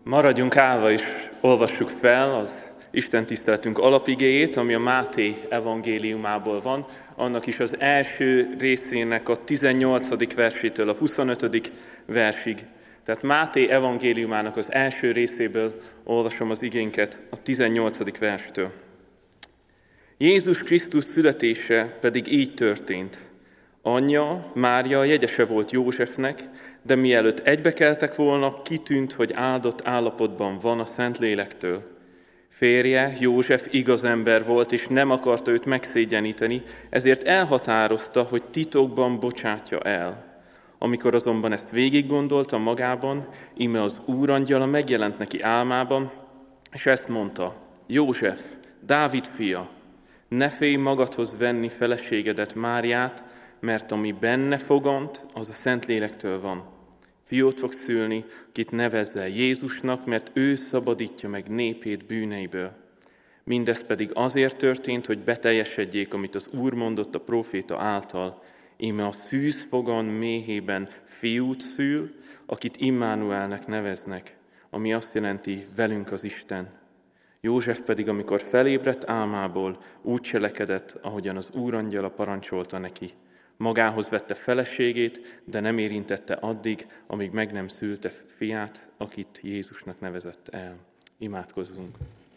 Maradjunk állva és olvassuk fel az Isten tiszteletünk alapigéjét, ami a Máté evangéliumából van, annak is az első részének a 18. versétől a 25. versig. Tehát Máté evangéliumának az első részéből olvasom az igénket a 18. verstől. Jézus Krisztus születése pedig így történt. Anyja, Mária jegyese volt Józsefnek, de mielőtt egybekeltek volna, kitűnt, hogy áldott állapotban van a Szentlélektől. Férje, József igaz ember volt, és nem akarta őt megszégyeníteni, ezért elhatározta, hogy titokban bocsátja el. Amikor azonban ezt végig gondolta magában, íme az úrangyala megjelent neki álmában, és ezt mondta: József, Dávid fia, ne félj magadhoz venni feleségedet Máriát, mert ami benne fogant, az a Szentlélektől van. Fiót fog szülni, akit nevezzel Jézusnak, mert ő szabadítja meg népét bűneiből. Mindez pedig azért történt, hogy beteljesedjék, amit az Úr mondott a próféta által. Íme a szűzfogan méhében fiút szül, akit Immanuelnek neveznek, ami azt jelenti, velünk az Isten. József pedig, amikor felébredt álmából, úgy cselekedett, ahogyan az úrangyala parancsolta neki. Magához vette feleségét, de nem érintette addig, amíg meg nem szülte fiát, akit Jézusnak nevezett el. Imádkozzunk!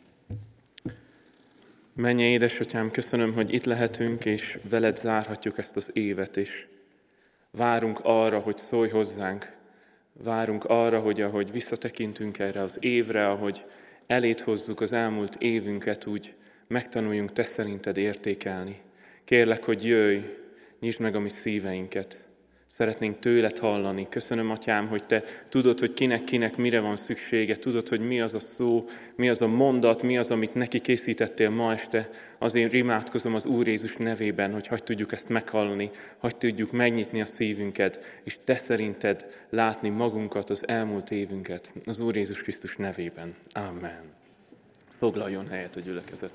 Mennyei édesatyám, köszönöm, hogy itt lehetünk, és veled zárhatjuk ezt az évet, és várunk arra, hogy szólj hozzánk. Várunk arra, hogy ahogy visszatekintünk erre az évre, ahogy eléd hozzuk az elmúlt évünket, úgy megtanuljunk te szerinted értékelni. Kérlek, hogy jöjj, nyisd meg a mi szíveinket. Szeretnénk tőled hallani. Köszönöm, Atyám, hogy te tudod, hogy kinek mire van szüksége. Tudod, hogy mi az a szó, mi az a mondat, mi az, amit neki készítettél ma este. Azért imádkozom az Úr Jézus nevében, hogy hadd tudjuk ezt meghallani, hadd tudjuk megnyitni a szívünket, és te szerinted látni magunkat, az elmúlt évünket. Az Úr Jézus Krisztus nevében. Amen. Foglaljon helyet a gyülekezet.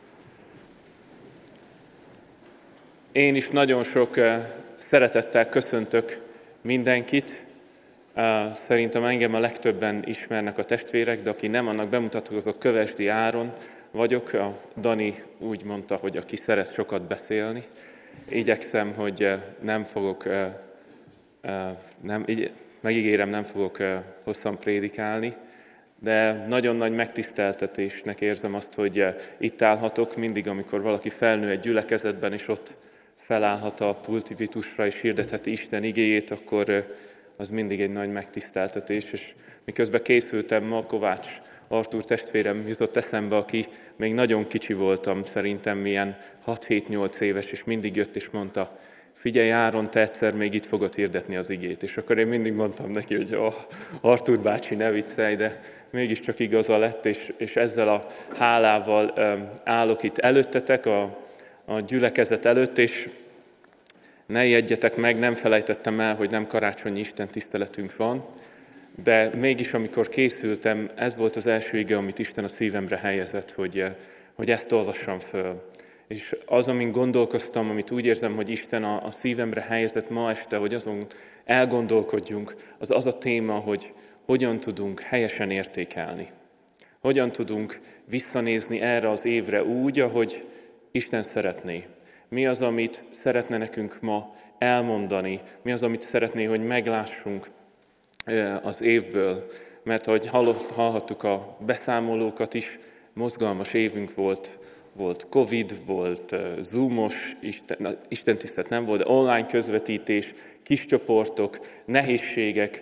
Én is nagyon sok szeretettel köszöntök mindenkit. Szerintem engem a legtöbben ismernek a testvérek, de aki nem, annak bemutatkozok, Kövesdi Áron vagyok. A Dani úgy mondta, hogy aki szeret sokat beszélni. Igyekszem, hogy megígérem, nem fogok hosszan prédikálni, de nagyon nagy megtiszteltetésnek érzem azt, hogy itt állhatok mindig, amikor valaki felnő egy gyülekezetben, és ott felállhat a pulpitusra és hirdetheti Isten igéjét, akkor az mindig egy nagy megtiszteltetés. És miközben készültem ma, Kovács Artúr testvérem jutott eszembe, aki még nagyon kicsi voltam, szerintem milyen 6-7-8 éves, és mindig jött és mondta: figyelj Áron, te egyszer még itt fogod hirdetni az igét. És akkor én mindig mondtam neki, hogy Artúr bácsi, ne viccelj, de mégiscsak igaza lett, és ezzel a hálával állok itt előttetek, a gyülekezet előtt, és ne ijedjetek meg, nem felejtettem el, hogy nem karácsonyi Isten tiszteletünk van, de mégis amikor készültem, ez volt az első ige, amit Isten a szívemre helyezett, hogy ezt olvassam föl. És az, amin gondolkoztam, amit úgy érzem, hogy Isten a szívemre helyezett ma este, hogy azon elgondolkodjunk, az a téma, hogy hogyan tudunk helyesen értékelni. Hogyan tudunk visszanézni erre az évre úgy, ahogy Isten szeretné. Mi az, amit szeretne nekünk ma elmondani? Mi az, amit szeretné, hogy meglássunk az évből? Mert ahogy hallhattuk a beszámolókat is, mozgalmas évünk volt. Volt Covid, volt Zoomos, Isten tisztelet nem volt, de online közvetítés, kis csoportok, nehézségek,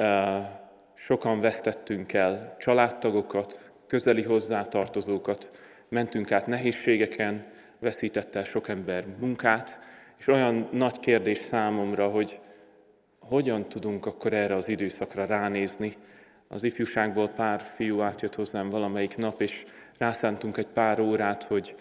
sokan vesztettünk el családtagokat, közeli hozzátartozókat, mentünk át nehézségeken, veszített el sok ember munkát, és olyan nagy kérdés számomra, hogy hogyan tudunk akkor erre az időszakra ránézni. Az ifjúságból pár fiú átjött hozzám valamelyik nap, és rászántunk egy pár órát, hogy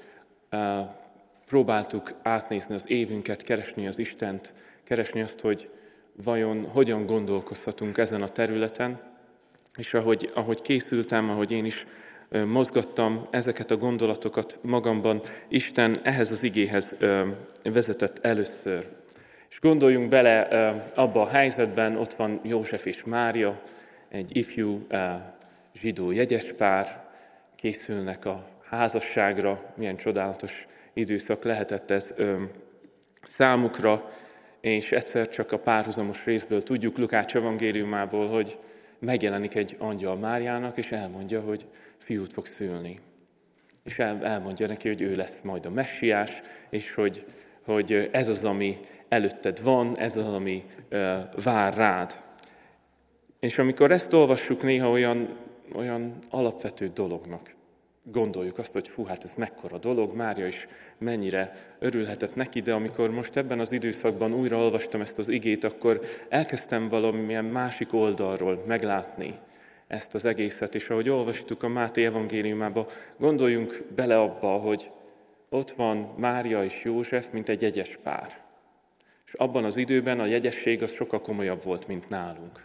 próbáltuk átnézni az évünket, keresni az Istent, keresni azt, hogy vajon hogyan gondolkozhatunk ezen a területen. És ahogy készültem, ahogy én is mozgattam ezeket a gondolatokat magamban, Isten ehhez az igéhez vezetett először. És gondoljunk bele abba a helyzetben, ott van József és Mária, egy ifjú zsidó jegyespár, készülnek a házasságra, milyen csodálatos időszak lehetett ez számukra, és egyszer csak a párhuzamos részből tudjuk Lukács evangéliumából, hogy megjelenik egy angyal Máriának, és elmondja, hogy fiút fog szülni. És elmondja neki, hogy ő lesz majd a messiás, és hogy ez az, ami előtted van, ez az, ami vár rád. És amikor ezt olvassuk, néha olyan alapvető dolognak gondoljuk azt, hogy fú, hát ez mekkora dolog, Mária is mennyire örülhetett neki, de amikor most ebben az időszakban újra olvastam ezt az igét, akkor elkezdtem valamilyen másik oldalról meglátni ezt az egészet, és ahogy olvastuk a Máté evangéliumában, gondoljunk bele abba, hogy ott van Mária és József, mint egy jegyes pár. És abban az időben a jegyesség az sokkal komolyabb volt, mint nálunk.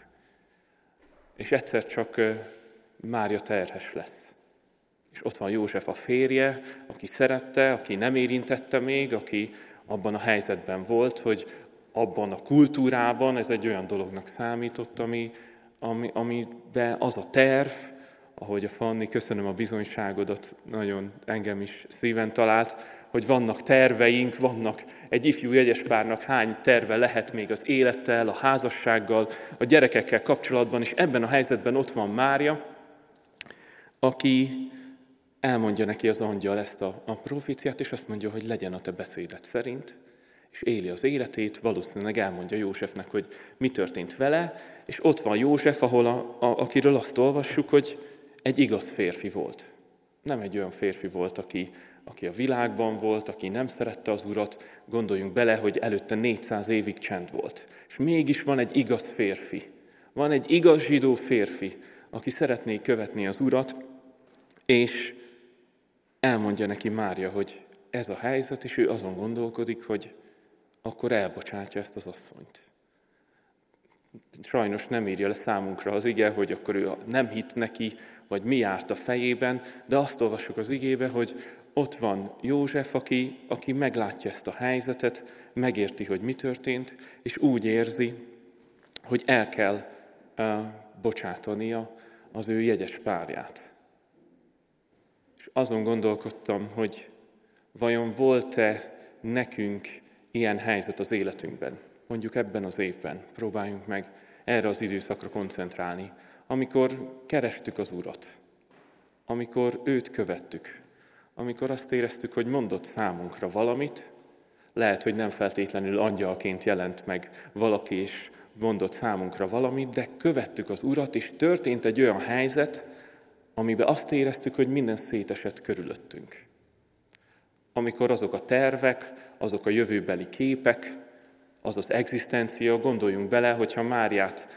És egyszer csak Mária terhes lesz. És ott van József a férje, aki szerette, aki nem érintette még, aki abban a helyzetben volt, hogy abban a kultúrában ez egy olyan dolognak számított, amiben az a terv, ahogy a Fanni, köszönöm a bizonyságodat, nagyon engem is szíven talált, hogy vannak terveink, vannak egy ifjú jegyespárnak hány terve lehet még az élettel, a házassággal, a gyerekekkel kapcsolatban, és ebben a helyzetben ott van Mária, aki elmondja neki az angyal ezt a proféciát, és azt mondja, hogy legyen a te beszéded szerint, és éli az életét, valószínűleg elmondja Józsefnek, hogy mi történt vele, és ott van József, akiről azt olvassuk, hogy egy igaz férfi volt. Nem egy olyan férfi volt, aki a világban volt, aki nem szerette az Urat, gondoljunk bele, hogy előtte 400 évig csend volt. És mégis van egy igaz férfi, van egy igaz zsidó férfi, aki szeretné követni az Urat, és elmondja neki Mária, hogy ez a helyzet, és ő azon gondolkodik, hogy akkor elbocsátja ezt az asszonyt. Sajnos nem írja le számunkra az ige, hogy akkor ő nem hitt neki, vagy mi járt a fejében, de azt olvassuk az igébe, hogy ott van József, aki meglátja ezt a helyzetet, megérti, hogy mi történt, és úgy érzi, hogy el kell bocsátania az ő jegyes párját. És azon gondolkodtam, hogy vajon volt-e nekünk ilyen helyzet az életünkben, mondjuk ebben az évben, próbáljunk meg erre az időszakra koncentrálni, amikor kerestük az Urat, amikor őt követtük, amikor azt éreztük, hogy mondott számunkra valamit, lehet, hogy nem feltétlenül angyalként jelent meg valaki, és mondott számunkra valamit, de követtük az Urat, és történt egy olyan helyzet, amiben azt éreztük, hogy minden szétesett körülöttünk. Amikor azok a tervek, azok a jövőbeli képek, az az egzisztencia, gondoljunk bele, hogyha Máriát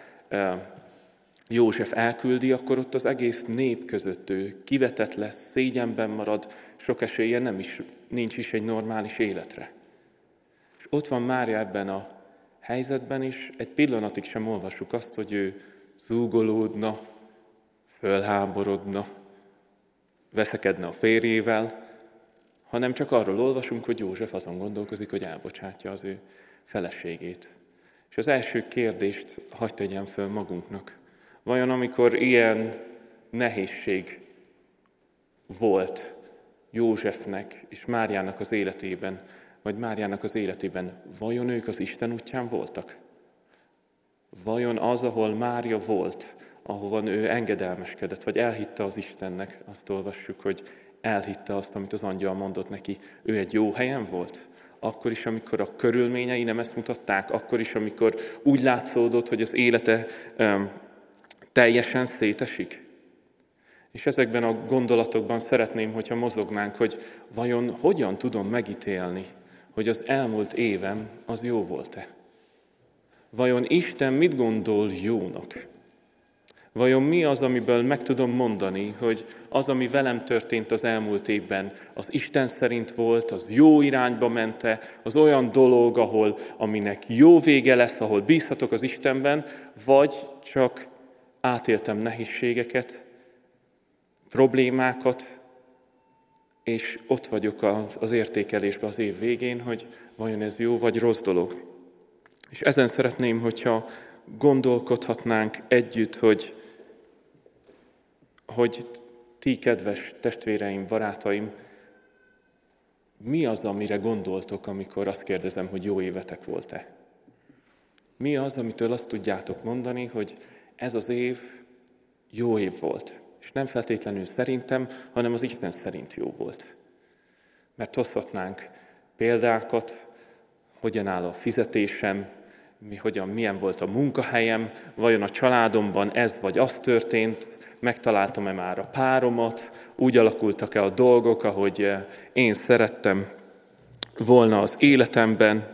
József elküldi, akkor ott az egész nép között ő kivetett lesz, szégyenben marad, sok esélye nincs is egy normális életre. És ott van Mária ebben a helyzetben is, egy pillanatig sem olvassuk azt, hogy ő zúgolódna, fölháborodna, veszekedne a férjével, hanem csak arról olvasunk, hogy József azon gondolkozik, hogy elbocsátja az ő feleségét. És az első kérdést hadd tegyem föl magunknak. Vajon amikor ilyen nehézség volt Józsefnek és Máriának az életében, vagy Máriának az életében, vajon ők az Isten útján voltak? Vajon az, ahol Mária volt, ahova ő engedelmeskedett, vagy elhitte az Istennek, azt olvassuk, hogy elhitte azt, amit az angyal mondott neki, ő egy jó helyen volt? Akkor is, amikor a körülményei nem ezt mutatták, akkor is, amikor úgy látszódott, hogy az élete teljesen szétesik. És ezekben a gondolatokban szeretném, hogyha mozognánk, hogy vajon hogyan tudom megítélni, hogy az elmúlt évem az jó volt-e? Vajon Isten mit gondol jónak? Vajon mi az, amiből meg tudom mondani, hogy az, ami velem történt az elmúlt évben, az Isten szerint volt, az jó irányba mente, az olyan dolog, aminek jó vége lesz, ahol bízhatok az Istenben, vagy csak átéltem nehézségeket, problémákat, és ott vagyok az értékelésben az év végén, hogy vajon ez jó vagy rossz dolog. És ezen szeretném, hogyha gondolkodhatnánk együtt, hogy hogy ti, kedves testvéreim, barátaim, mi az, amire gondoltok, amikor azt kérdezem, hogy jó évetek volt-e? Mi az, amitől azt tudjátok mondani, hogy ez az év jó év volt? És nem feltétlenül szerintem, hanem az Isten szerint jó volt. Mert hozhatnánk példákat, hogyan áll a fizetésem, milyen volt a munkahelyem, vajon a családomban ez vagy az történt, megtaláltam-e már a páromat, úgy alakultak-e a dolgok, ahogy én szerettem volna az életemben.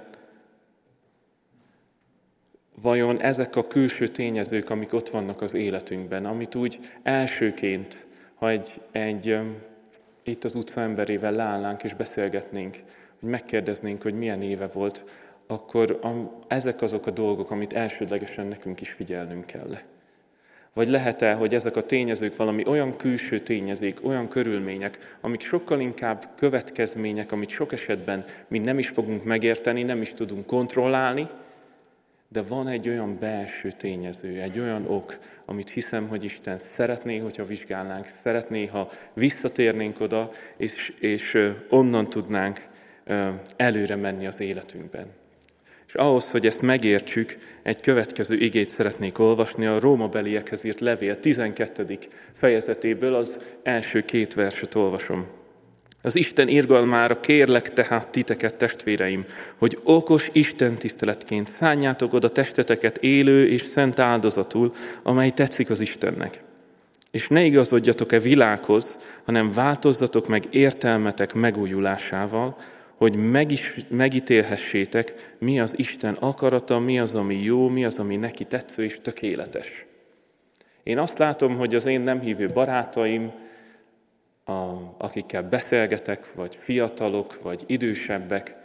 Vajon ezek a külső tényezők, amik ott vannak az életünkben, amit úgy elsőként, ha itt az utca emberével leállnánk és beszélgetnénk, hogy megkérdeznénk, hogy milyen éve volt, akkor ezek azok a dolgok, amit elsődlegesen nekünk is figyelnünk kell. Vagy lehet-e, hogy ezek a tényezők valami olyan külső tényezők, olyan körülmények, amik sokkal inkább következmények, amit sok esetben mi nem is fogunk megérteni, nem is tudunk kontrollálni, de van egy olyan belső tényező, egy olyan ok, amit hiszem, hogy Isten szeretné, hogyha vizsgálnánk, szeretné, ha visszatérnénk oda, és onnan tudnánk előre menni az életünkben. És ahhoz, hogy ezt megértsük, egy következő igét szeretnék olvasni, a Rómabeliekhez írt levél 12. fejezetéből az első 2 verset olvasom. Az Isten irgalmára kérlek tehát titeket, testvéreim, hogy okos istentiszteletként szánjátok oda testeteket élő és szent áldozatul, amely tetszik az Istennek. És ne igazodjatok-e világhoz, hanem változzatok meg értelmetek megújulásával, hogy megítélhessétek, mi az Isten akarata, mi az, ami jó, mi az, ami neki tetsző és tökéletes. Én azt látom, hogy az én nem hívő barátaim, akikkel beszélgetek, vagy fiatalok, vagy idősebbek,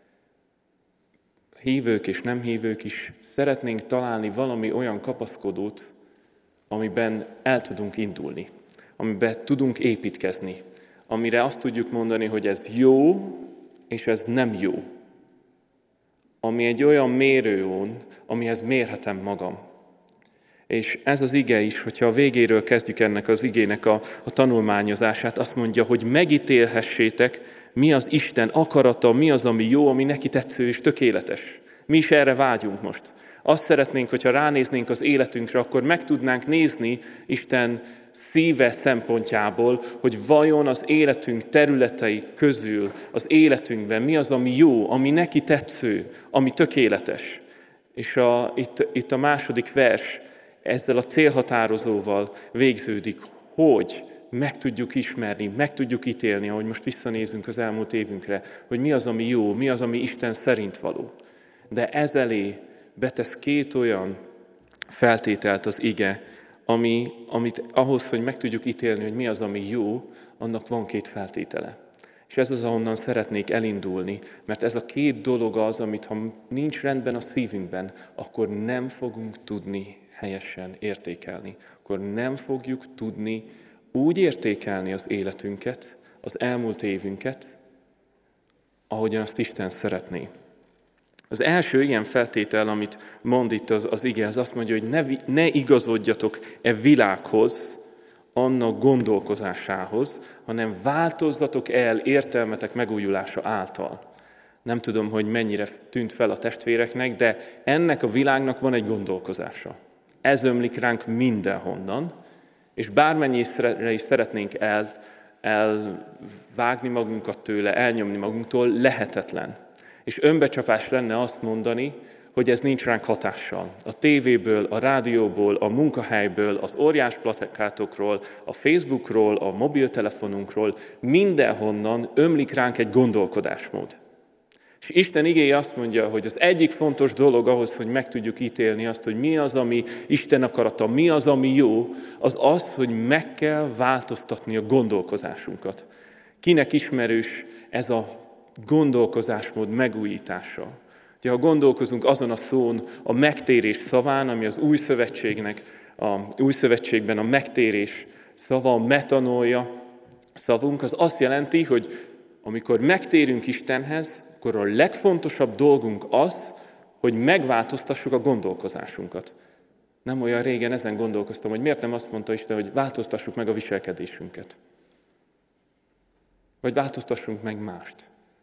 hívők és nem hívők is, szeretnénk találni valami olyan kapaszkodót, amiben el tudunk indulni, amiben tudunk építkezni, amire azt tudjuk mondani, hogy ez jó, és ez nem jó. Ami egy olyan mérőón, amihez mérhetem magam. És ez az ige is, hogyha a végéről kezdjük ennek az igének a tanulmányozását, azt mondja, hogy megítélhessétek, mi az Isten akarata, mi az, ami jó, ami neki tetsző és tökéletes. Mi is erre vágyunk most. Azt szeretnénk, hogyha ránéznénk az életünkre, akkor meg tudnánk nézni Isten szíve szempontjából, hogy vajon az életünk területei közül, az életünkben mi az, ami jó, ami neki tetsző, ami tökéletes. És itt a második vers ezzel a célhatározóval végződik, hogy meg tudjuk ismerni, meg tudjuk ítélni, ahogy most visszanézünk az elmúlt évünkre, hogy mi az, ami jó, mi az, ami Isten szerint való. De ez elé betesz 2 olyan feltételt az ige, amit ahhoz, hogy meg tudjuk ítélni, hogy mi az, ami jó, annak van 2 feltétele. És ez az, ahonnan szeretnék elindulni, mert ez a 2 dolog az, amit ha nincs rendben a szívünkben, akkor nem fogunk tudni helyesen értékelni. Akkor nem fogjuk tudni úgy értékelni az életünket, az elmúlt évünket, ahogyan azt Isten szeretné. Az első ilyen feltétel, amit mond itt az ige, az azt mondja, hogy ne igazodjatok e világhoz, annak gondolkozásához, hanem változzatok el értelmetek megújulása által. Nem tudom, hogy mennyire tűnt fel a testvéreknek, de ennek a világnak van egy gondolkozása. Ez ömlik ránk mindenhonnan, és bármennyire is szeretnénk elvágni magunkat tőle, elnyomni magunktól, lehetetlen. És önbecsapás lenne azt mondani, hogy ez nincs ránk hatással. A tévéből, a rádióból, a munkahelyből, az óriás plakátokról, a Facebookról, a mobiltelefonunkról, mindenhonnan ömlik ránk egy gondolkodásmód. És Isten igéje azt mondja, hogy az egyik fontos dolog ahhoz, hogy meg tudjuk ítélni azt, hogy mi az, ami Isten akarata, mi az, ami jó, az az, hogy meg kell változtatni a gondolkozásunkat. Kinek ismerős ez a gondolkozásmód megújítása? Ugye, ha gondolkozunk azon a szón, a megtérés szaván, ami az új szövetségben a megtérés szava, a metanója szavunk, az azt jelenti, hogy amikor megtérünk Istenhez, akkor a legfontosabb dolgunk az, hogy megváltoztassuk a gondolkozásunkat. Nem olyan régen ezen gondolkoztam, hogy miért nem azt mondta Isten, hogy változtassuk meg a viselkedésünket. Vagy változtassunk meg mást.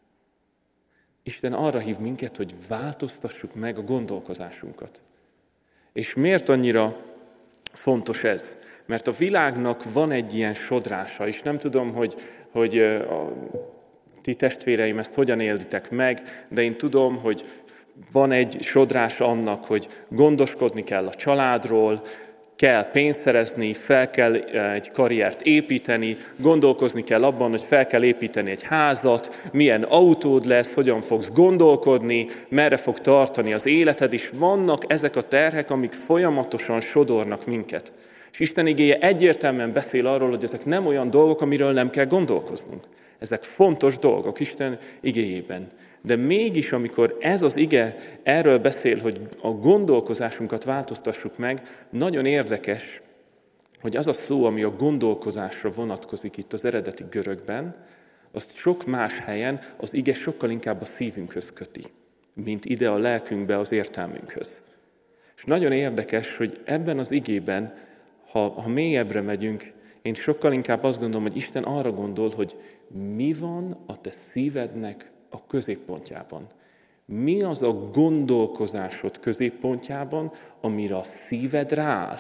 Isten arra hív minket, hogy változtassuk meg a gondolkozásunkat. És miért annyira fontos ez? Mert a világnak van egy ilyen sodrása, és nem tudom, hogy a ti testvéreim ezt hogyan élitek meg, de én tudom, hogy van egy sodrás annak, hogy gondoskodni kell a családról, kell pénzt szerezni, fel kell egy karriert építeni, gondolkozni kell abban, hogy fel kell építeni egy házat, milyen autód lesz, hogyan fogsz gondolkodni, merre fog tartani az életed, és vannak ezek a terhek, amik folyamatosan sodornak minket. És Isten igéje egyértelműen beszél arról, hogy ezek nem olyan dolgok, amiről nem kell gondolkoznunk. Ezek fontos dolgok Isten igéjében. De mégis, amikor ez az ige erről beszél, hogy a gondolkozásunkat változtassuk meg, nagyon érdekes, hogy az a szó, ami a gondolkozásra vonatkozik itt az eredeti görögben, azt sok más helyen az ige sokkal inkább a szívünkhöz köti, mint ide a lelkünkbe, az értelmünkhöz. És nagyon érdekes, hogy ebben az igében, ha mélyebbre megyünk, én sokkal inkább azt gondolom, hogy Isten arra gondol, hogy mi van a te szívednek a középpontjában. Mi az a gondolkozásod középpontjában, amire a szíved rááll,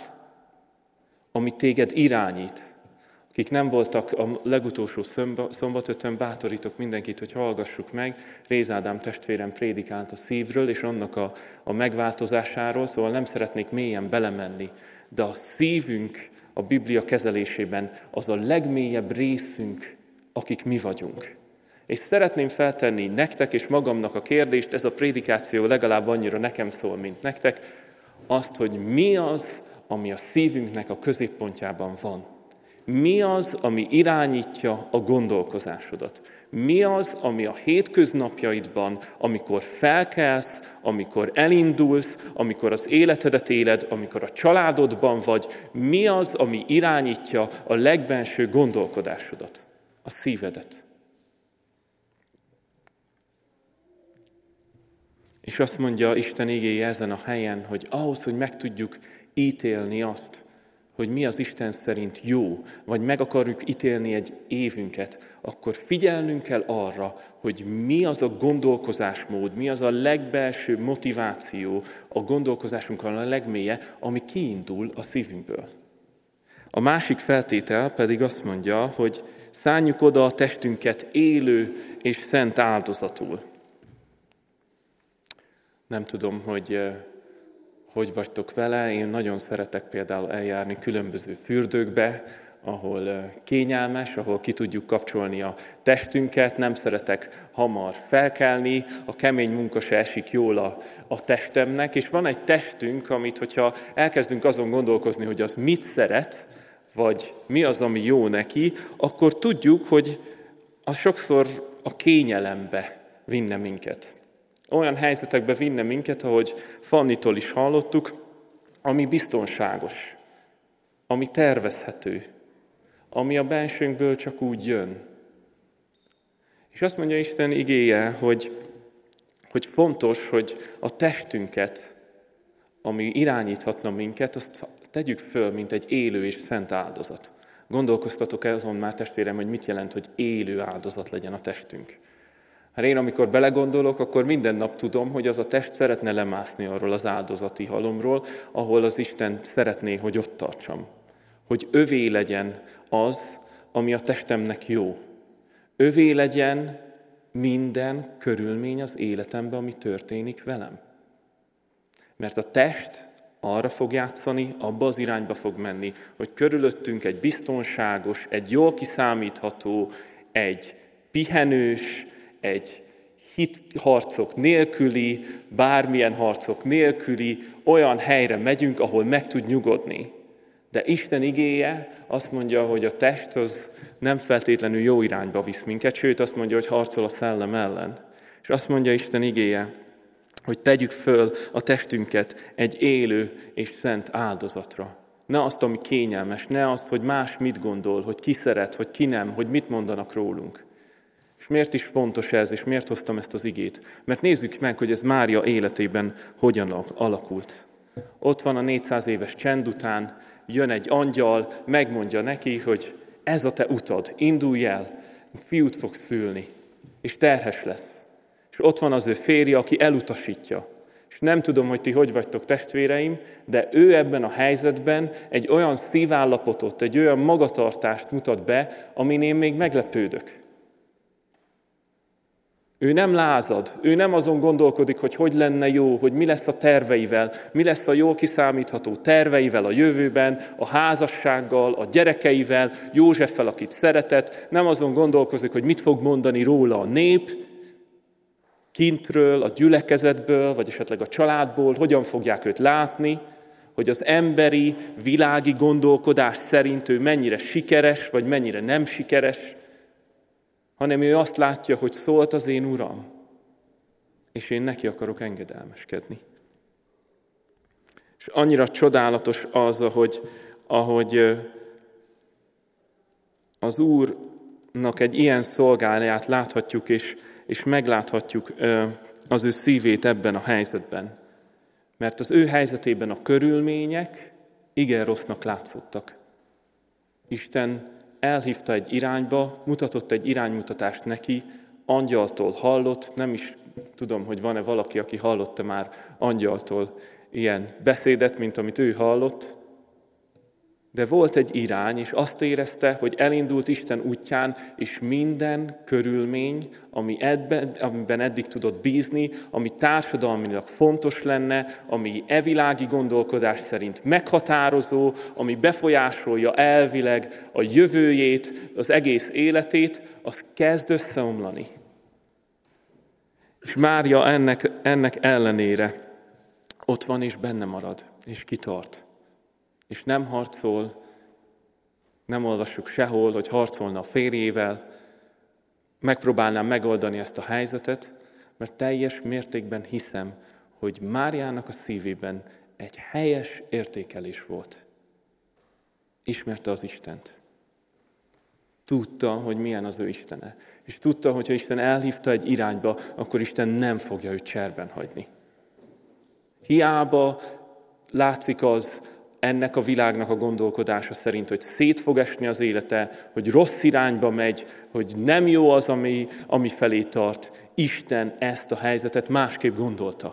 ami téged irányít. Akik nem voltak a legutolsó szombatötön, bátorítok mindenkit, hogy hallgassuk meg. Réz Ádám testvérem prédikált a szívről és annak a megváltozásáról, szóval nem szeretnék mélyen belemenni, de a szívünk a Biblia kezelésében az a legmélyebb részünk, akik mi vagyunk. És szeretném feltenni nektek és magamnak a kérdést, ez a prédikáció legalább annyira nekem szól, mint nektek, azt, hogy mi az, ami a szívünknek a középpontjában van. Mi az, ami irányítja a gondolkozásodat? Mi az, ami a hétköznapjaidban, amikor felkelsz, amikor elindulsz, amikor az életedet éled, amikor a családodban vagy, mi az, ami irányítja a legbenső gondolkodásodat, a szívedet? És azt mondja Isten igéje ezen a helyen, hogy ahhoz, hogy meg tudjuk ítélni azt, hogy mi az Isten szerint jó, vagy meg akarjuk ítélni egy évünket, akkor figyelnünk kell arra, hogy mi az a gondolkozásmód, mi az a legbelső motiváció, a gondolkozásunkon a legmélye, ami kiindul a szívünkből. A másik feltétel pedig azt mondja, hogy szánjuk oda a testünket élő és szent áldozatul. Nem tudom, hogy vagytok vele, én nagyon szeretek például eljárni különböző fürdőkbe, ahol kényelmes, ahol ki tudjuk kapcsolni a testünket, nem szeretek hamar felkelni, a kemény munka se esik jól a testemnek, és van egy testünk, amit, hogyha elkezdünk azon gondolkozni, hogy az mit szeret, vagy mi az, ami jó neki, akkor tudjuk, hogy az sokszor a kényelembe vinne minket. Olyan helyzetekbe vinne minket, ahogy Fannitól is hallottuk, ami biztonságos, ami tervezhető, ami a bensőnkből csak úgy jön. És azt mondja Isten igéje, hogy fontos, hogy a testünket, ami irányíthatna minket, azt tegyük föl, mint egy élő és szent áldozat. Gondolkoztatok azon már, testvérem, hogy mit jelent, hogy élő áldozat legyen a testünk. Hát én amikor belegondolok, akkor minden nap tudom, hogy az a test szeretne lemászni arról az áldozati halomról, ahol az Isten szeretné, hogy ott tartsam. Hogy övé legyen az, ami a testemnek jó. Övé legyen minden körülmény az életemben, ami történik velem. Mert a test arra fog játszani, abba az irányba fog menni, hogy körülöttünk egy biztonságos, egy jól kiszámítható, egy pihenős, egy hitharcok nélküli, bármilyen harcok nélküli olyan helyre megyünk, ahol meg tud nyugodni. De Isten igéje azt mondja, hogy a test az nem feltétlenül jó irányba visz minket, sőt azt mondja, hogy harcol a szellem ellen. És azt mondja Isten igéje, hogy tegyük föl a testünket egy élő és szent áldozatra. Ne azt, ami kényelmes, ne azt, hogy más mit gondol, hogy ki szeret, hogy ki nem, hogy mit mondanak rólunk. És miért is fontos ez, és miért hoztam ezt az igét? Mert nézzük meg, hogy ez Mária életében hogyan alakult. Ott van a 400 éves csend után, jön egy angyal, megmondja neki, hogy ez a te utad, indulj el, fiút fogsz szülni, és terhes lesz. És ott van az ő férje, aki elutasítja. És nem tudom, hogy ti hogy vagytok, testvéreim, de ő ebben a helyzetben egy olyan szívállapotot, egy olyan magatartást mutat be, amin én még meglepődök. Ő nem lázad, ő nem azon gondolkodik, hogy lenne jó, hogy mi lesz a terveivel, mi lesz a jól kiszámítható terveivel a jövőben, a házassággal, a gyerekeivel, Józseffel, akit szeretett, nem azon gondolkozik, hogy mit fog mondani róla a nép, kintről, a gyülekezetből, vagy esetleg a családból, hogyan fogják őt látni, hogy az emberi, világi gondolkodás szerint ő mennyire sikeres, vagy mennyire nem sikeres, hanem ő azt látja, hogy szólt az én Uram, és én neki akarok engedelmeskedni. És annyira csodálatos az, ahogy az Úrnak egy ilyen szolgáját láthatjuk, és megláthatjuk az ő szívét ebben a helyzetben. Mert az ő helyzetében a körülmények igen rossznak látszottak. Isten elhívta egy irányba, mutatott egy iránymutatást neki, angyaltól hallott, nem is tudom, hogy van-e valaki, aki hallotta már angyaltól ilyen beszédet, mint amit ő hallott, de volt egy irány, és azt érezte, hogy elindult Isten útján, és minden körülmény, amiben eddig tudott bízni, ami társadalmilag fontos lenne, ami evilági gondolkodás szerint meghatározó, ami befolyásolja elvileg a jövőjét, az egész életét, az kezd összeomlani. És Mária ennek ellenére ott van, és benne marad, és kitart. És nem harcol, nem olvassuk sehol, hogy harcolna a férjével, megpróbálnám megoldani ezt a helyzetet, mert teljes mértékben hiszem, hogy Máriának a szívében egy helyes értékelés volt. Ismerte az Istent. Tudta, hogy milyen az ő Istene. És tudta, hogy ha Isten elhívta egy irányba, akkor Isten nem fogja őt cserben hagyni. Hiába látszik az, ennek a világnak a gondolkodása szerint, hogy szét fog esni az élete, hogy rossz irányba megy, hogy nem jó az, ami felé tart. Isten ezt a helyzetet másképp gondolta.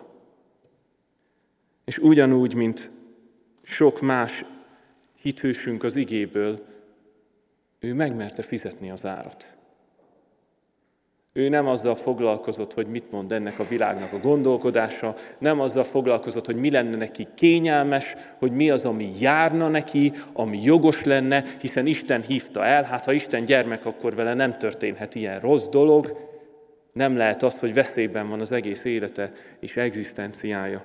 És ugyanúgy, mint sok más hithősünk az igéből, ő megmerte fizetni az árat. Ő nem azzal foglalkozott, hogy mit mond ennek a világnak a gondolkodása, nem azzal foglalkozott, hogy mi lenne neki kényelmes, hogy mi az, ami járna neki, ami jogos lenne, hiszen Isten hívta el, hát ha Isten gyermek, akkor vele nem történhet ilyen rossz dolog, nem lehet az, hogy veszélyben van az egész élete és egzisztenciája.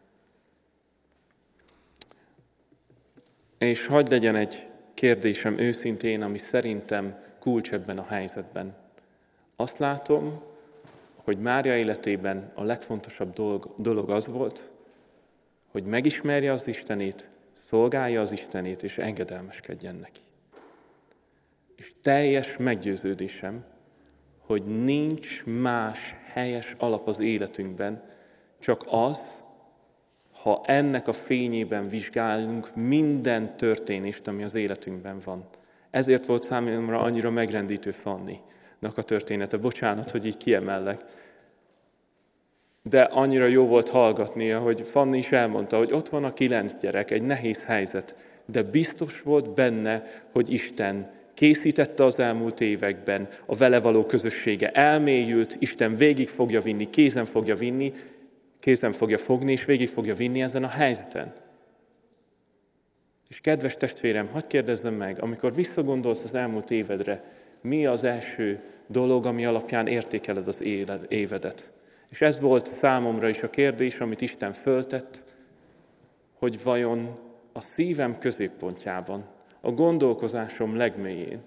És hadd legyen egy kérdésem őszintén, ami szerintem kulcs ebben a helyzetben. Azt látom, hogy Mária életében a legfontosabb dolog az volt, hogy megismerje az Istenét, szolgálja az Istenét, és engedelmeskedjen neki. És teljes meggyőződésem, hogy nincs más helyes alap az életünkben, csak az, ha ennek a fényében vizsgálunk minden történést, ami az életünkben van. Ezért volt számomra annyira megrendítő Fanninak a története. Bocsánat, hogy így kiemellek. De annyira jó volt hallgatnia, hogy Fanni is elmondta, hogy ott van a 9 gyerek, egy nehéz helyzet, de biztos volt benne, hogy Isten készítette az elmúlt években, a vele való közössége elmélyült, Isten végig fogja vinni, kézen fogja fogni, és végig fogja vinni ezen a helyzeten. És kedves testvérem, hadd kérdezzem meg, amikor visszagondolsz az elmúlt évedre, mi az első dolog, ami alapján értékeled az évedet? És ez volt számomra is a kérdés, amit Isten föltett, hogy vajon a szívem középpontjában, a gondolkozásom legmélyén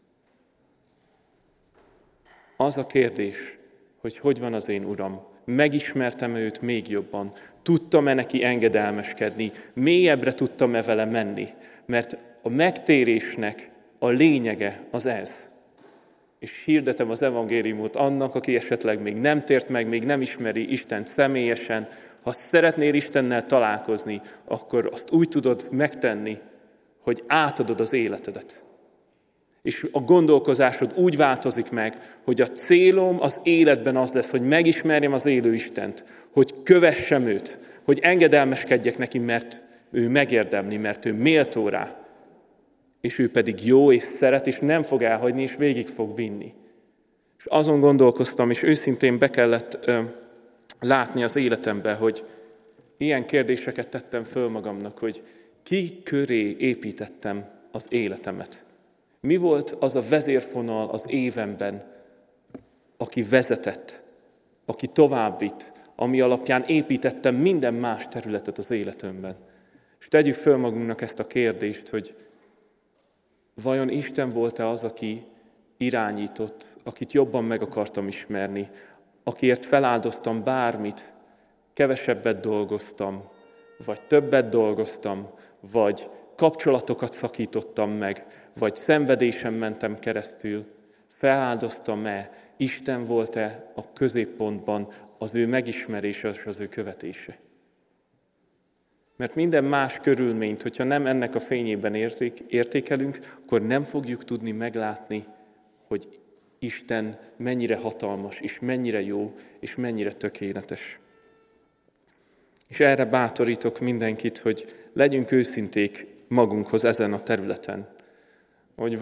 az a kérdés, hogy van az én Uram, megismertem őt még jobban, tudtam-e neki engedelmeskedni, mélyebbre tudtam-e vele menni, mert a megtérésnek a lényege az ez, és hirdetem az evangéliumot annak, aki esetleg még nem tért meg, még nem ismeri Istent személyesen. Ha szeretnél Istennel találkozni, akkor azt úgy tudod megtenni, hogy átadod az életedet. És a gondolkozásod úgy változik meg, hogy a célom az életben az lesz, hogy megismerjem az élő Istent, hogy kövessem őt, hogy engedelmeskedjek neki, mert ő megérdemli, mert ő méltó rá, és ő pedig jó és szeret, és nem fog elhagyni, és végig fog vinni. És azon gondolkoztam, és őszintén be kellett látni az életembe, hogy ilyen kérdéseket tettem föl magamnak, hogy ki köré építettem az életemet. Mi volt az a vezérfonal az évemben, aki vezetett, aki továbbvitt, ami alapján építettem minden más területet az életemben. És tegyük föl magunknak ezt a kérdést, hogy vajon Isten volt-e az, aki irányított, akit jobban meg akartam ismerni, akiért feláldoztam bármit, kevesebbet dolgoztam, vagy többet dolgoztam, vagy kapcsolatokat szakítottam meg, vagy szenvedésen mentem keresztül, feláldoztam-e, Isten volt-e a középpontban az ő megismerése és az ő követése. Mert minden más körülményt, hogyha nem ennek a fényében értékelünk, akkor nem fogjuk tudni meglátni, hogy Isten mennyire hatalmas, és mennyire jó, és mennyire tökéletes. És erre bátorítok mindenkit, hogy legyünk őszinték magunkhoz ezen a területen. Hogy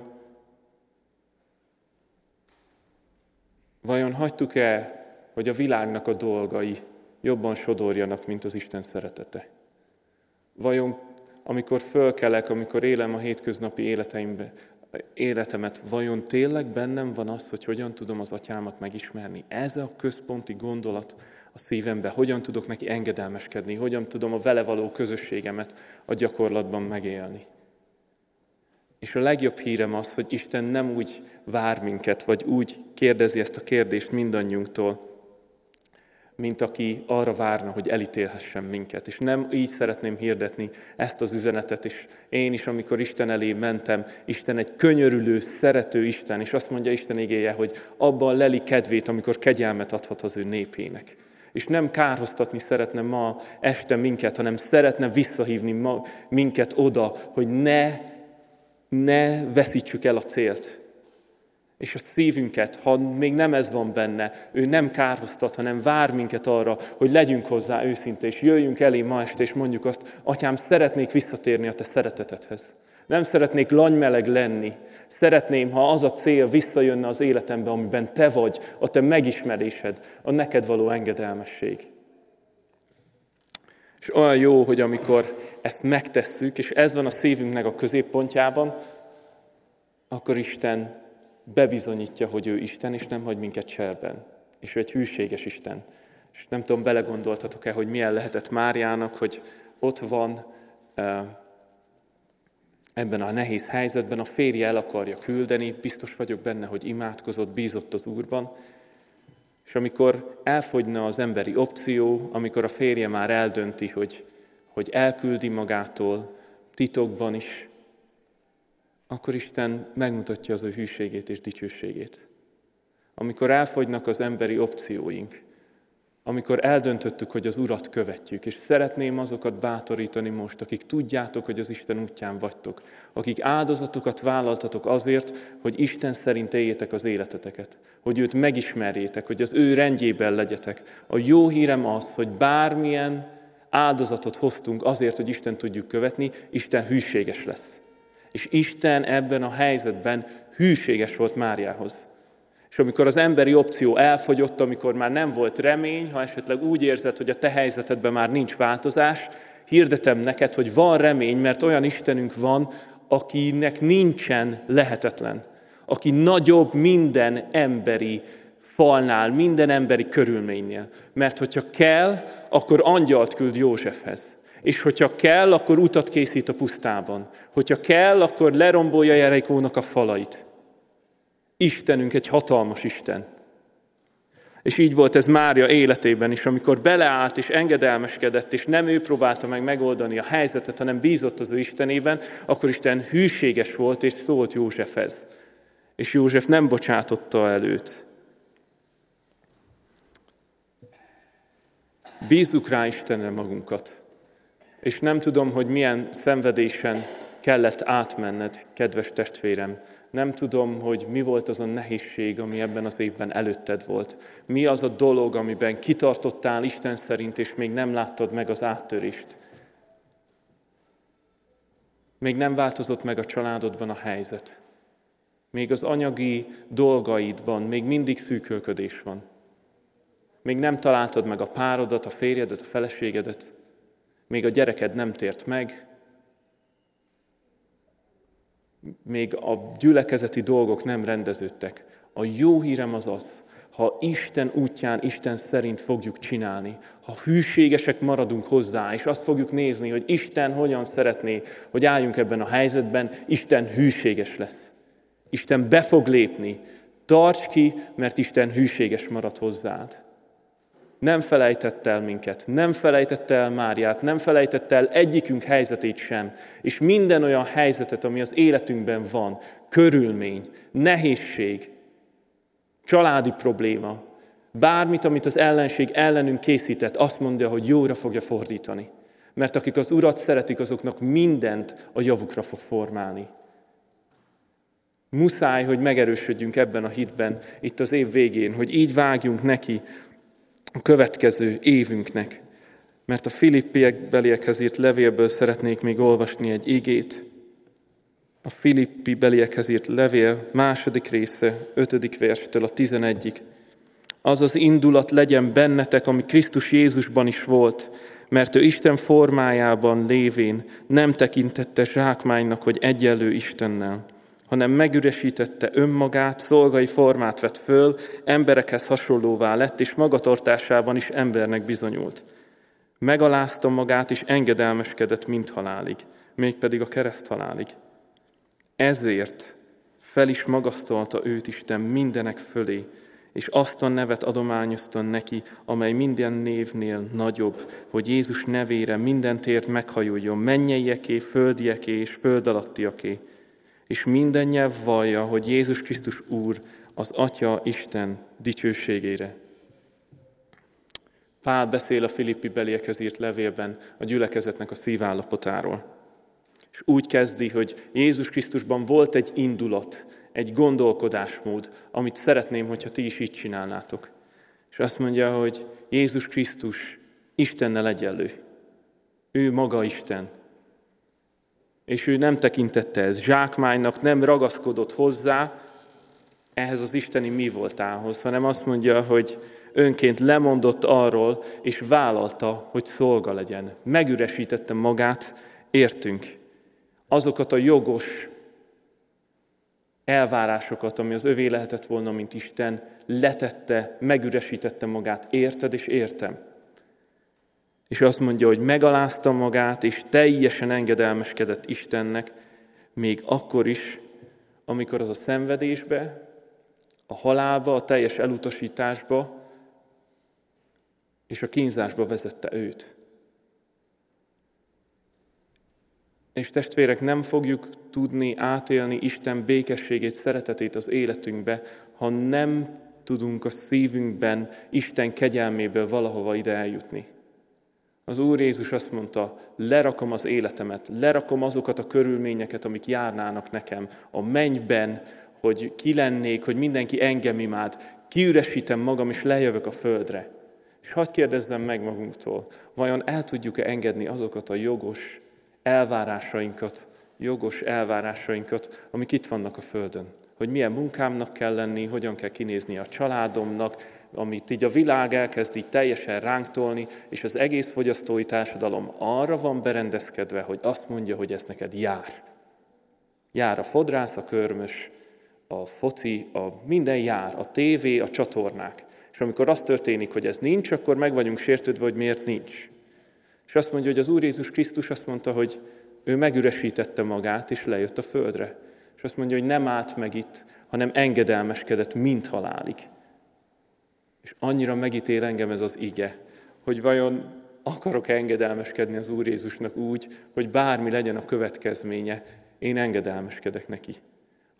vajon hagytuk-e, hogy a világnak a dolgai jobban sodorjanak, mint az Isten szeretete? Vajon amikor fölkelek, amikor élem a hétköznapi életemet, vajon tényleg bennem van az, hogy hogyan tudom az atyámat megismerni? Ez a központi gondolat a szívembe, hogyan tudok neki engedelmeskedni, hogyan tudom a vele való közösségemet a gyakorlatban megélni. És a legjobb hírem az, hogy Isten nem úgy vár minket, vagy úgy kérdezi ezt a kérdést mindannyiunktól, mint aki arra várna, hogy elítélhessen minket. És nem így szeretném hirdetni ezt az üzenetet, és én is, amikor Isten elé mentem, Isten egy könyörülő, szerető Isten, és azt mondja Isten igéje, hogy abban leli kedvét, amikor kegyelmet adhat az ő népének. És nem kárhoztatni szeretne ma este minket, hanem szeretne visszahívni minket oda, hogy ne veszítsük el a célt. És a szívünket, ha még nem ez van benne, ő nem kárhoztat, hanem vár minket arra, hogy legyünk hozzá őszinte, és jöjjünk elé ma este, és mondjuk azt, atyám, szeretnék visszatérni a te szeretetedhez. Nem szeretnék langymeleg lenni. Szeretném, ha az a cél visszajönne az életembe, amiben te vagy, a te megismerésed, a neked való engedelmesség. És olyan jó, hogy amikor ezt megtesszük, és ez van a szívünknek a középpontjában, akkor Isten bebizonyítja, hogy ő Isten, és nem hagy minket cserben. És ő egy hűséges Isten. És nem tudom, belegondoltatok-e, hogy milyen lehetett Máriának, hogy ott van ebben a nehéz helyzetben, a férje el akarja küldeni, biztos vagyok benne, hogy imádkozott, bízott az Úrban, és amikor elfogyna az emberi opció, amikor a férje már eldönti, hogy elküldi magától, titokban is, akkor Isten megmutatja az ő hűségét és dicsőségét. Amikor elfogynak az emberi opcióink, amikor eldöntöttük, hogy az Urat követjük, és szeretném azokat bátorítani most, akik tudjátok, hogy az Isten útján vagytok, akik áldozatokat vállaltatok azért, hogy Isten szerint éljétek az életeteket, hogy őt megismerjétek, hogy az ő rendjében legyetek. A jó hírem az, hogy bármilyen áldozatot hoztunk azért, hogy Isten tudjuk követni, Isten hűséges lesz. És Isten ebben a helyzetben hűséges volt Máriához. És amikor az emberi opció elfogyott, amikor már nem volt remény, ha esetleg úgy érzed, hogy a te helyzetedben már nincs változás, hirdetem neked, hogy van remény, mert olyan Istenünk van, akinek nincsen lehetetlen. Aki nagyobb minden emberi falnál, minden emberi körülménynél. Mert hogyha kell, akkor angyalt küld Józsefhez. És hogyha kell, akkor utat készít a pusztában. Hogyha kell, akkor lerombolja Jerikónak a falait. Istenünk egy hatalmas Isten. És így volt ez Mária életében is, amikor beleállt és engedelmeskedett, és nem ő próbálta meg megoldani a helyzetet, hanem bízott az ő Istenében, akkor Isten hűséges volt és szólt Józsefhez. És József nem bocsátotta el őt. Bízzuk rá Istenre magunkat. És nem tudom, hogy milyen szenvedésen kellett átmenned, kedves testvérem. Nem tudom, hogy mi volt az a nehézség, ami ebben az évben előtted volt. Mi az a dolog, amiben kitartottál Isten szerint, és még nem láttad meg az áttörést. Még nem változott meg a családodban a helyzet. Még az anyagi dolgaidban még mindig szűkölködés van. Még nem találtad meg a párodat, a férjedet, a feleségedet. Még a gyereked nem tért meg. Még a gyülekezeti dolgok nem rendeződtek. A jó hírem az az, ha Isten útján, Isten szerint fogjuk csinálni, ha hűségesek maradunk hozzá, és azt fogjuk nézni, hogy Isten hogyan szeretné, hogy álljunk ebben a helyzetben, Isten hűséges lesz. Isten be fog lépni. Tarts ki, mert Isten hűséges marad hozzád. Nem felejtett el minket, nem felejtett el Máriát, nem felejtett el egyikünk helyzetét sem, és minden olyan helyzetet, ami az életünkben van, körülmény, nehézség, családi probléma, bármit, amit az ellenség ellenünk készített, azt mondja, hogy jóra fogja fordítani. Mert akik az Urat szeretik, azoknak mindent a javukra fog formálni. Muszáj, hogy megerősödjünk ebben a hitben itt az év végén, hogy így vágjunk neki a következő évünknek. Mert a Filippiekbeliekhez írt levélből szeretnék még olvasni egy igét. A Filippi beliekhez írt levél 2. része, 5. verstől a 11-ig. Az az indulat legyen bennetek, ami Krisztus Jézusban is volt, mert ő Isten formájában lévén nem tekintette zsákmánynak, hogy egyenlő Istennel, hanem megüresítette önmagát, szolgai formát vett föl, emberekhez hasonlóvá lett, és magatartásában is embernek bizonyult. Megalázta magát, és engedelmeskedett mindhalálig, mégpedig a kereszthalálig. Ezért fel is magasztalta őt Isten mindenek fölé, és azt a nevet adományozta neki, amely minden névnél nagyobb, hogy Jézus nevére minden tért meghajoljon, mennyeieké, földieké és föld alattiaké, és minden nyelv vallja, hogy Jézus Krisztus Úr, az Atya Isten dicsőségére. Pál beszél a Filippi beliekhez írt levélben a gyülekezetnek a szívállapotáról. És úgy kezdi, hogy Jézus Krisztusban volt egy indulat, egy gondolkodásmód, amit szeretném, hogyha ti is így csinálnátok. És azt mondja, hogy Jézus Krisztus Istennel egyenlő. Ő maga Isten. És ő nem tekintette ez zsákmánynak, nem ragaszkodott hozzá ehhez az isteni mi voltához, hanem azt mondja, hogy önként lemondott arról, és vállalta, hogy szolga legyen. Megüresítette magát, értünk. Azokat a jogos elvárásokat, ami az övé lehetett volna, mint Isten, letette, megüresítette magát, érted és értem. És azt mondja, hogy megalázta magát, és teljesen engedelmeskedett Istennek, még akkor is, amikor az a szenvedésbe, a halálba, a teljes elutasításba és a kínzásba vezette őt. És testvérek, nem fogjuk tudni átélni Isten békességét, szeretetét az életünkbe, ha nem tudunk a szívünkben Isten kegyelméből valahova ide eljutni. Az Úr Jézus azt mondta, lerakom az életemet, lerakom azokat a körülményeket, amik járnának nekem a mennyben, hogy ki lennék, hogy mindenki engem imád, kiüresítem magam és lejövök a földre. És hadd kérdezzem meg magunktól, vajon el tudjuk-e engedni azokat a jogos elvárásainkat, amik itt vannak a földön. Hogy milyen munkámnak kell lenni, hogyan kell kinézni a családomnak, amit így a világ elkezd így teljesen ránk tolni, és az egész fogyasztói társadalom arra van berendezkedve, hogy azt mondja, hogy ez neked jár. Jár a fodrász, a körmös, a foci, minden jár, a tévé, a csatornák. És amikor az történik, hogy ez nincs, akkor meg vagyunk sértődve, hogy miért nincs. És azt mondja, hogy az Úr Jézus Krisztus azt mondta, hogy ő megüresítette magát, és lejött a földre. És azt mondja, hogy nem állt meg itt, hanem engedelmeskedett mindhalálig. És annyira megítél engem ez az ige, hogy vajon akarok engedelmeskedni az Úr Jézusnak úgy, hogy bármi legyen a következménye, én engedelmeskedek neki.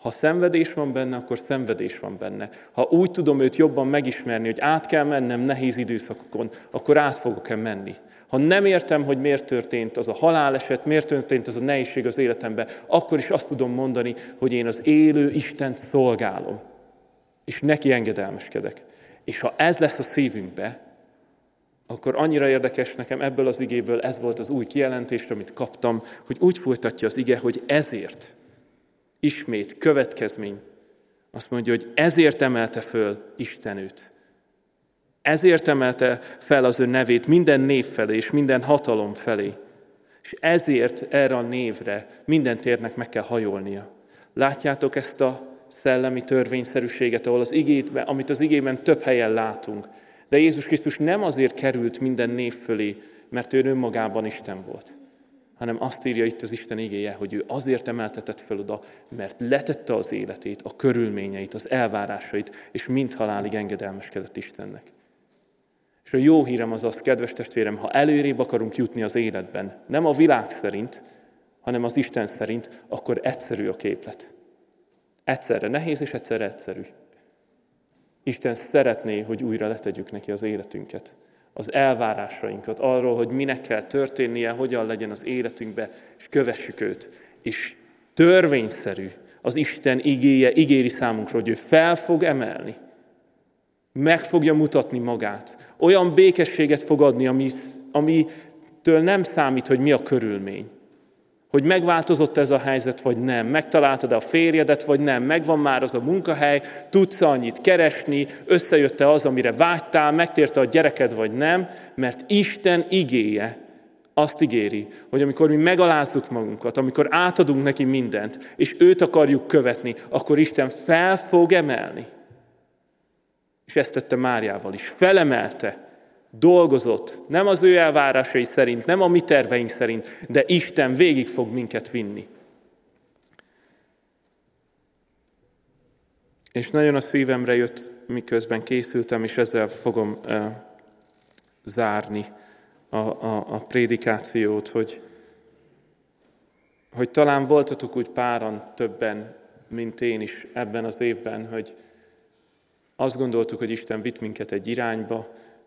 Ha szenvedés van benne, akkor szenvedés van benne. Ha úgy tudom őt jobban megismerni, hogy át kell mennem nehéz időszakokon, akkor át fogok-e menni. Ha nem értem, hogy miért történt az a haláleset, miért történt az a nehézség az életemben, akkor is azt tudom mondani, hogy én az élő Istent szolgálom, és neki engedelmeskedek. És ha ez lesz a szívünkbe, akkor annyira érdekes nekem ebből az igéből, ez volt az új kijelentés, amit kaptam, hogy úgy folytatja az ige, hogy ezért, ismét, következmény, azt mondja, hogy ezért emelte föl Isten őt. Ezért emelte fel az ő nevét minden név felé, és minden hatalom felé. És ezért erre a névre minden térnek meg kell hajolnia. Látjátok ezt a szellemi törvényszerűséget, amit az igében több helyen látunk. De Jézus Krisztus nem azért került minden név fölé, mert ő önmagában Isten volt, hanem azt írja itt az Isten igéje, hogy ő azért emeltetett fel oda, mert letette az életét, a körülményeit, az elvárásait, és mind halálig engedelmeskedett Istennek. És a jó hírem az, kedves testvérem, ha előrébb akarunk jutni az életben, nem a világ szerint, hanem az Isten szerint, akkor egyszerű a képlet. Egyszerre nehéz, és egyszerre egyszerű. Isten szeretné, hogy újra letegyük neki az életünket, az elvárásainkat, arról, hogy minek kell történnie, hogyan legyen az életünkbe, és kövessük őt. És törvényszerű az Isten igéje, ígéri számunkra, hogy ő fel fog emelni, meg fogja mutatni magát. Olyan békességet fog adni, amitől nem számít, hogy mi a körülmény. Hogy megváltozott ez a helyzet, vagy nem. Megtaláltad-e a férjedet, vagy nem. Megvan már az a munkahely, tudsz annyit keresni, összejött-e az, amire vágytál, megtérte a gyereked, vagy nem. Mert Isten igéje azt ígéri, hogy amikor mi megalázzuk magunkat, amikor átadunk neki mindent, és őt akarjuk követni, akkor Isten fel fog emelni. És ezt tette Máriával is. Felemelte, dolgozott, nem az ő elvárásai szerint, nem a mi terveink szerint, de Isten végig fog minket vinni. És nagyon a szívemre jött, miközben készültem, és ezzel fogom zárni a prédikációt, hogy talán voltatok úgy páran többen, mint én is ebben az évben, hogy azt gondoltuk, hogy Isten vitt minket egy irányba,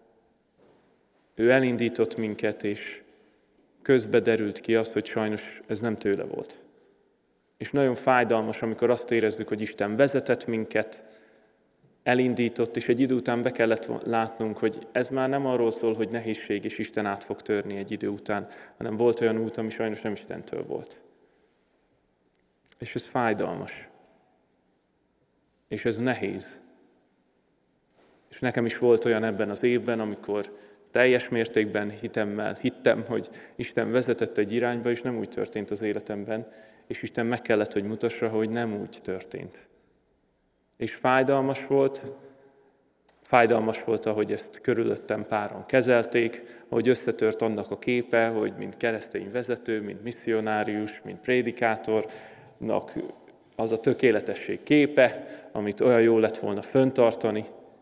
ő elindított minket, és közbe derült ki az, hogy sajnos ez nem tőle volt. És nagyon fájdalmas, amikor azt érezzük, hogy Isten vezetett minket, elindított, és egy idő után be kellett látnunk, hogy ez már nem arról szól, hogy nehézség, és Isten át fog törni egy idő után, hanem volt olyan út, ami sajnos nem Istentől volt. És ez fájdalmas. És ez nehéz. És nekem is volt olyan ebben az évben, amikor teljes mértékben hittem, hogy Isten vezetett egy irányba, és nem úgy történt az életemben, és Isten meg kellett, hogy mutassa, hogy nem úgy történt. És fájdalmas volt, ahogy ezt körülöttem páran kezelték, ahogy összetört annak a képe, hogy mint keresztény vezető, mint misszionárius, mint prédikátornak az a tökéletesség képe, amit olyan jó lett volna föntartani.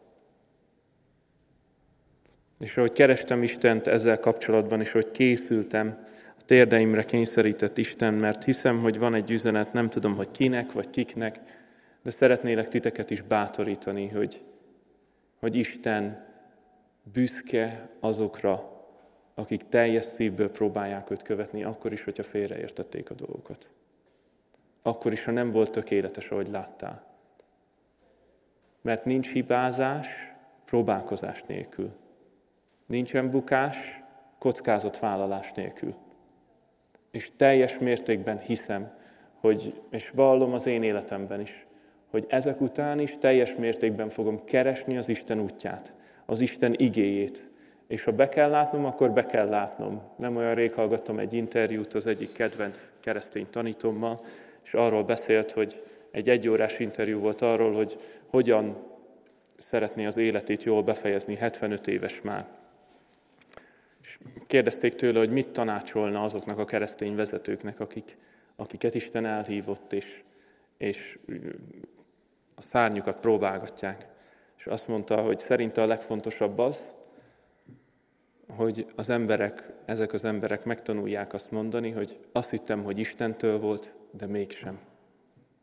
És ahogy kerestem Istent ezzel kapcsolatban, és ahogy készültem, a térdeimre kényszerített Isten, mert hiszem, hogy van egy üzenet, nem tudom, hogy kinek, vagy kiknek, de szeretnélek titeket is bátorítani, hogy Isten büszke azokra, akik teljes szívből próbálják őt követni, akkor is, hogyha félreértették a dolgokat. Akkor is, ha nem volt tökéletes, ahogy láttál. Mert nincs hibázás próbálkozás nélkül. Nincsen bukás kockázatvállalás nélkül. És teljes mértékben hiszem, és vallom az én életemben is, hogy ezek után is teljes mértékben fogom keresni az Isten útját, az Isten igéjét. És ha be kell látnom, akkor be kell látnom. Nem olyan rég hallgattam egy interjút az egyik kedvenc keresztény tanítómmal, és arról beszélt, hogy egy egyórás interjú volt arról, hogy hogyan szeretné az életét jól befejezni, 75 éves már. És kérdezték tőle, hogy mit tanácsolna azoknak a keresztény vezetőknek, akiket Isten elhívott, és a szárnyukat próbálgatják. És azt mondta, hogy szerinte a legfontosabb az, hogy ezek az emberek megtanulják azt mondani, hogy azt hittem, hogy Istentől volt, de mégsem.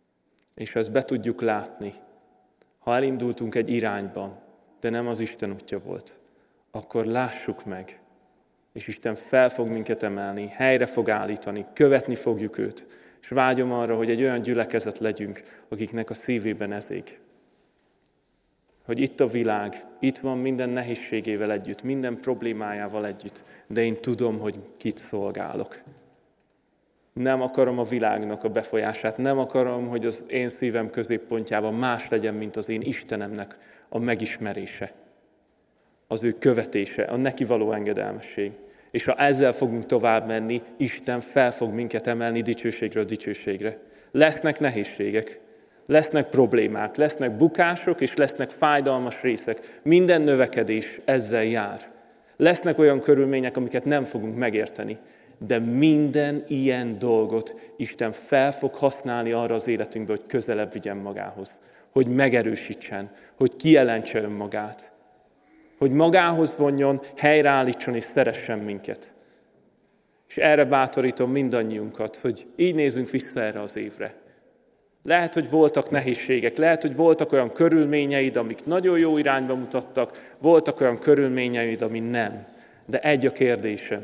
És ha ezt be tudjuk látni, ha elindultunk egy irányban, de nem az Isten útja volt, akkor lássuk meg, és Isten fel fog minket emelni, helyre fog állítani, követni fogjuk őt, és vágyom arra, hogy egy olyan gyülekezet legyünk, akiknek a szívében ez ég. Hogy itt a világ, itt van minden nehézségével együtt, minden problémájával együtt, de én tudom, hogy kit szolgálok. Nem akarom a világnak a befolyását, nem akarom, hogy az én szívem középpontjában más legyen, mint az én Istenemnek a megismerése, az ő követése, a neki való engedelmesség. És ha ezzel fogunk tovább menni, Isten fel fog minket emelni dicsőségről dicsőségre. Lesznek nehézségek, lesznek problémák, lesznek bukások, és lesznek fájdalmas részek. Minden növekedés ezzel jár. Lesznek olyan körülmények, amiket nem fogunk megérteni. De minden ilyen dolgot Isten fel fog használni arra az életünkbe, hogy közelebb vigyen magához. Hogy megerősítsen, hogy kijelentse önmagát. Hogy magához vonjon, helyreállítson és szeressen minket. És erre bátorítom mindannyiunkat, hogy így nézzünk vissza erre az évre. Lehet, hogy voltak nehézségek, lehet, hogy voltak olyan körülményeid, amik nagyon jó irányba mutattak, voltak olyan körülményeid, ami nem. De egy a kérdésem.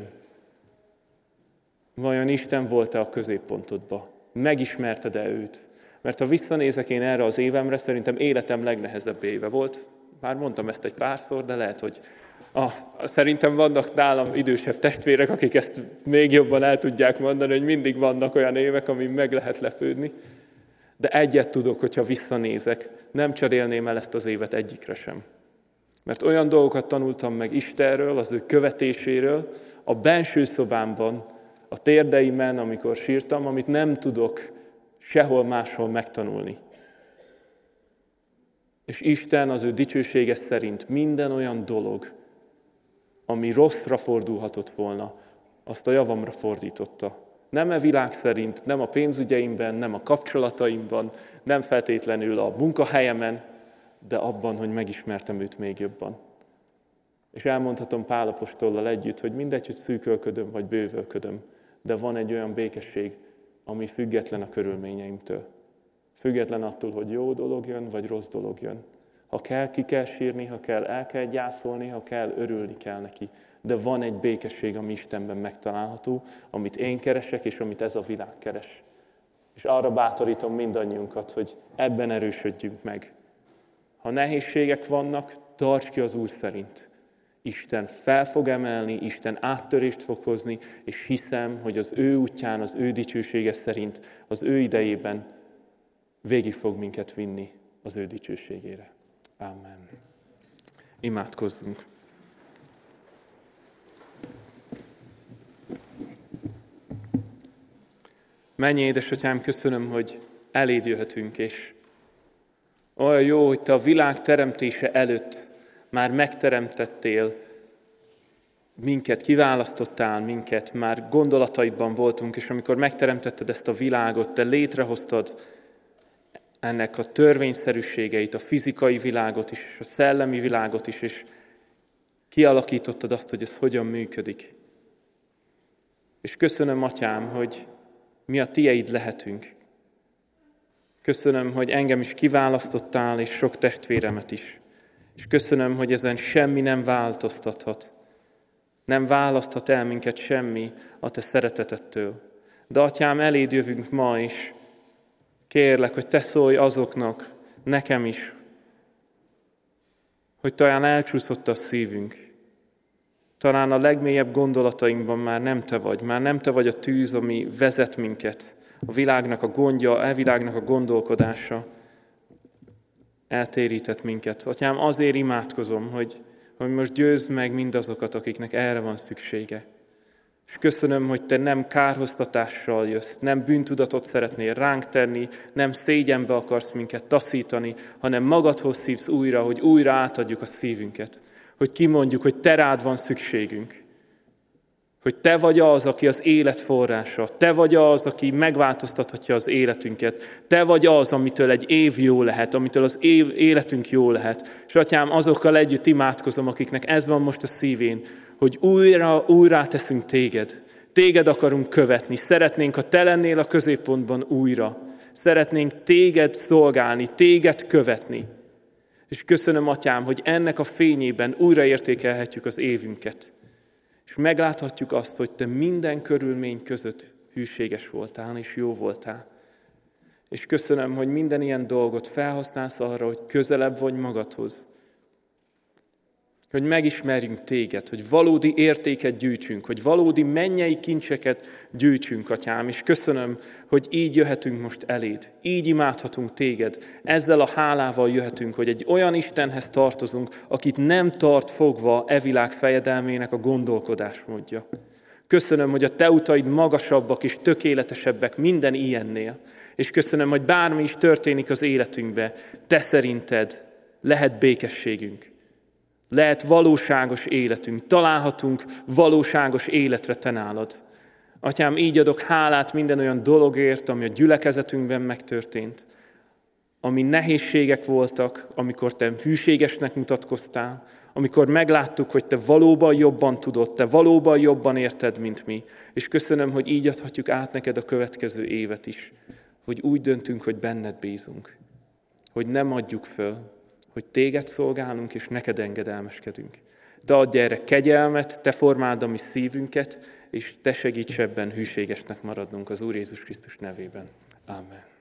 Vajon Isten volt-e a középpontodban? Megismerted-e őt? Mert ha visszanézek én erre az évemre, szerintem életem legnehezebb éve volt. Már mondtam ezt egy párszor, de lehet, hogy szerintem vannak nálam idősebb testvérek, akik ezt még jobban el tudják mondani, hogy mindig vannak olyan évek, amin meg lehet lepődni. De egyet tudok, hogyha visszanézek, nem cserélném el ezt az évet egyikre sem. Mert olyan dolgokat tanultam meg Istenről, az ő követéséről, a benső szobámban, a térdeimen, amikor sírtam, amit nem tudok sehol máshol megtanulni. És Isten az ő dicsősége szerint minden olyan dolog, ami rosszra fordulhatott volna, azt a javamra fordította. Nem a világ szerint, nem a pénzügyeimben, nem a kapcsolataimban, nem feltétlenül a munkahelyemen, de abban, hogy megismertem őt még jobban. És elmondhatom Pál apostollal együtt, hogy mindegy, hogy szűkölködöm vagy bővölködöm, de van egy olyan békesség, ami független a körülményeimtől. Független attól, hogy jó dolog jön, vagy rossz dolog jön. Ha kell, ki kell sírni, ha kell, el kell gyászolni, ha kell, örülni kell neki. De van egy békesség, ami Istenben megtalálható, amit én keresek, és amit ez a világ keres. És arra bátorítom mindannyiunkat, hogy ebben erősödjünk meg. Ha nehézségek vannak, tarts ki az Úr szerint. Isten fel fog emelni, Isten áttörést fog hozni, és hiszem, hogy az ő útján, az ő dicsősége szerint, az ő idejében végig fog minket vinni az ő dicsőségére. Amen. Imádkozzunk. Menj, édesatyám, köszönöm, hogy eléd jöhetünk, és olyan jó, hogy te a világ teremtése előtt már megteremtettél minket, kiválasztottál minket, már gondolataidban voltunk, és amikor megteremtetted ezt a világot, te létrehoztad ennek a törvényszerűségeit, a fizikai világot is, és a szellemi világot is, és kialakítottad azt, hogy ez hogyan működik. És köszönöm, Atyám, hogy mi a tieid lehetünk. Köszönöm, hogy engem is kiválasztottál, és sok testvéremet is. És köszönöm, hogy ezen semmi nem változtathat. Nem választhat el minket semmi a te szeretetettől. De Atyám, eléd jövünk ma is. Kérlek, hogy te szólj azoknak, nekem is, hogy talán elcsúszott a szívünk. Talán a legmélyebb gondolatainkban már nem te vagy a tűz, ami vezet minket. A világnak a gondja, világnak a gondolkodása eltérített minket. Atyám, azért imádkozom, hogy most győzd meg mindazokat, akiknek erre van szüksége. És köszönöm, hogy te nem kárhoztatással jössz, nem bűntudatot szeretnél ránk tenni, nem szégyenbe akarsz minket taszítani, hanem magadhoz szívsz újra, hogy újra átadjuk a szívünket. Hogy kimondjuk, hogy te rád van szükségünk. Hogy te vagy az, aki az élet forrása. Te vagy az, aki megváltoztathatja az életünket. Te vagy az, amitől egy év jó lehet, amitől az életünk jó lehet. És Atyám, azokkal együtt imádkozom, akiknek ez van most a szívén, hogy újra teszünk téged. Téged akarunk követni. Szeretnénk, ha te lennél a középpontban újra. Szeretnénk téged szolgálni, téged követni. És köszönöm, Atyám, hogy ennek a fényében újraértékelhetjük az évünket. És megláthatjuk azt, hogy te minden körülmény között hűséges voltál és jó voltál. És köszönöm, hogy minden ilyen dolgot felhasználsz arra, hogy közelebb vonj magadhoz. Hogy megismerjünk téged, hogy valódi értéket gyűjtsünk, hogy valódi mennyei kincseket gyűjtsünk, Atyám. És köszönöm, hogy így jöhetünk most eléd, így imádhatunk téged. Ezzel a hálával jöhetünk, hogy egy olyan Istenhez tartozunk, akit nem tart fogva e világ fejedelmének a gondolkodásmódja. Köszönöm, hogy a te utaid magasabbak és tökéletesebbek minden ilyennél. És köszönöm, hogy bármi is történik az életünkbe, te szerinted lehet békességünk. Lehet valóságos életünk, találhatunk valóságos életre te nálad. Atyám, így adok hálát minden olyan dologért, ami a gyülekezetünkben megtörtént, ami nehézségek voltak, amikor te hűségesnek mutatkoztál, amikor megláttuk, hogy te valóban jobban tudod, te valóban jobban érted, mint mi. És köszönöm, hogy így adhatjuk át neked a következő évet is, hogy úgy döntünk, hogy benned bízunk, hogy nem adjuk föl, hogy téged szolgálunk, és neked engedelmeskedünk. Te adj erre kegyelmet, te formáld a mi szívünket, és te segíts ebben hűségesnek maradnunk az Úr Jézus Krisztus nevében. Amen.